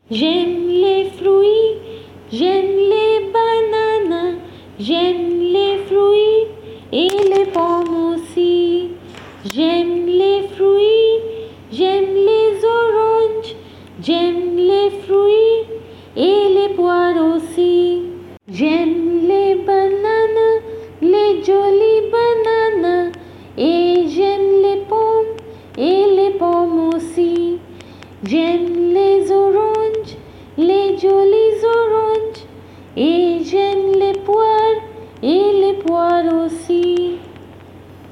J'aime les fruits, j'aime les bananes, j'aime les fruits et les pommes aussi. J'aime les fruits, j'aime les oranges, j'aime les fruits et les poires aussi. J'aime les bananes, les jolies bananes, et j'aime les pommes aussi. J'aime les oranges, les jolies oranges, et